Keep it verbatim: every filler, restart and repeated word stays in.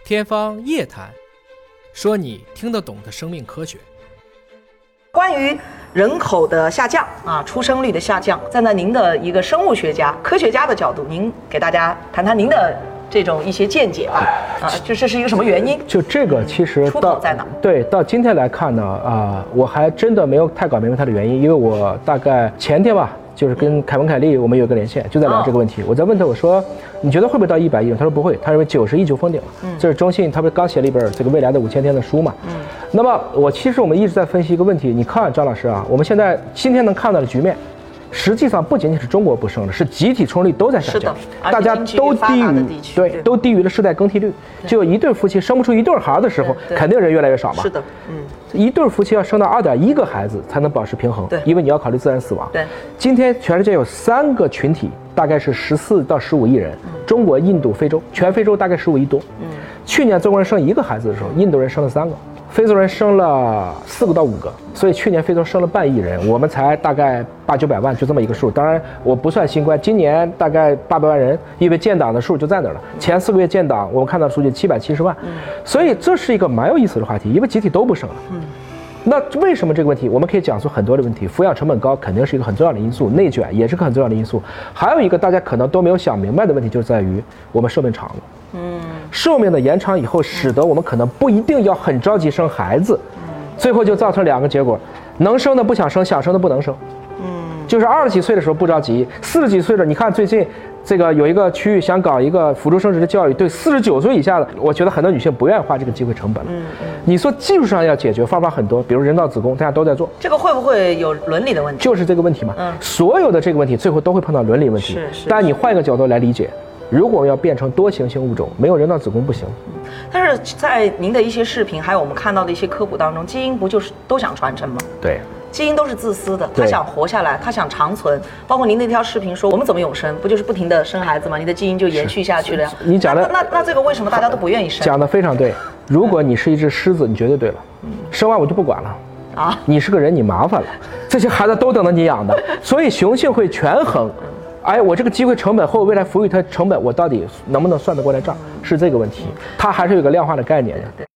天方夜谭，说你听得懂的生命科学。 关于人口的下降啊，出生率的下降，站在您的一个生物学家、科学家的角度，您给大家谈谈您的这种一些见解吧。啊，就这是一个什么原因？ 就这个其实出口在哪？ 对，到今天来看呢，啊、呃，我还真的没有太搞明白它的原因，因为我大概前天吧。就是跟凯文凯利我们有一个连线，就在聊这个问题。我在问他，我说你觉得会不会到一百亿？他说不会，他认为九十亿就封顶了。嗯，这是中信，他不是刚写了一本这个未来的五千天的书嘛？嗯，那么我其实我们一直在分析一个问题，你看张老师啊，我们现在今天能看到的局面，实际上不仅仅是中国不升了，是集体出生率都在下降，大家都低于对都低于了世代更替率。就一对夫妻生不出一对孩子的时候，肯定人越来越少嘛。 是的，嗯。 一对夫妻要生到二点一个孩子才能保持平衡， 对， 因为你要考虑自然死亡。 对， 今天全世界有三个群体，大概是十四到十五亿人，嗯、中国、印度、非洲，全非洲大概十五亿多。嗯，去年中国人生一个孩子的时候，印度人生了三个，非洲人生了四个到五个，所以去年非洲生了半亿人，我们才大概八九百万，就这么一个数。当然我不算新冠，今年大概八百万人，因为建档的数就在那儿了。前四个月建档，我们看到数据七百七十万，嗯、所以这是一个蛮有意思的话题，因为集体都不生了。嗯。那为什么这个问题？我们可以讲出很多的问题。抚养成本高肯定是一个很重要的因素，内卷也是个很重要的因素。还有一个大家可能都没有想明白的问题，就在于我们寿命长了。嗯，寿命的延长以后，使得我们可能不一定要很着急生孩子，最后就造成两个结果：能生的不想生，想生的不能生。嗯，就是二十几岁的时候不着急，四十几岁了，你看最近。这个有一个区域想搞一个辅助生殖的教育，对四十九岁以下的，我觉得很多女性不愿意花这个机会成本了。嗯嗯。你说技术上要解决方法很多，比如人造子宫，大家都在做。 这个会不会有伦理的问题？ 就是这个问题嘛。嗯。所有的这个问题最后都会碰到伦理问题。 是是。 但你换一个角度来理解，如果要变成多行星物种，没有人造子宫不行。 嗯。但是在您的一些视频，还有我们看到的一些科普当中，基因不就是都想传承吗？ 对。 基因都是自私的，他想活下来，他想长存。包括您那条视频说，我们怎么永生？不就是不停的生孩子吗？你的基因就延续下去了呀。 你讲的那那那这个为什么大家都不愿意生？ 讲的非常对。如果你是一只狮子，你绝对对了。嗯、生完我就不管了。啊，你是个人，你麻烦了。这些孩子都等着你养的，所以雄性会权衡。哎，我这个机会成本和我未来赋予它成本，我到底能不能算得过来账？是这个问题。它还是有个量化的概念的。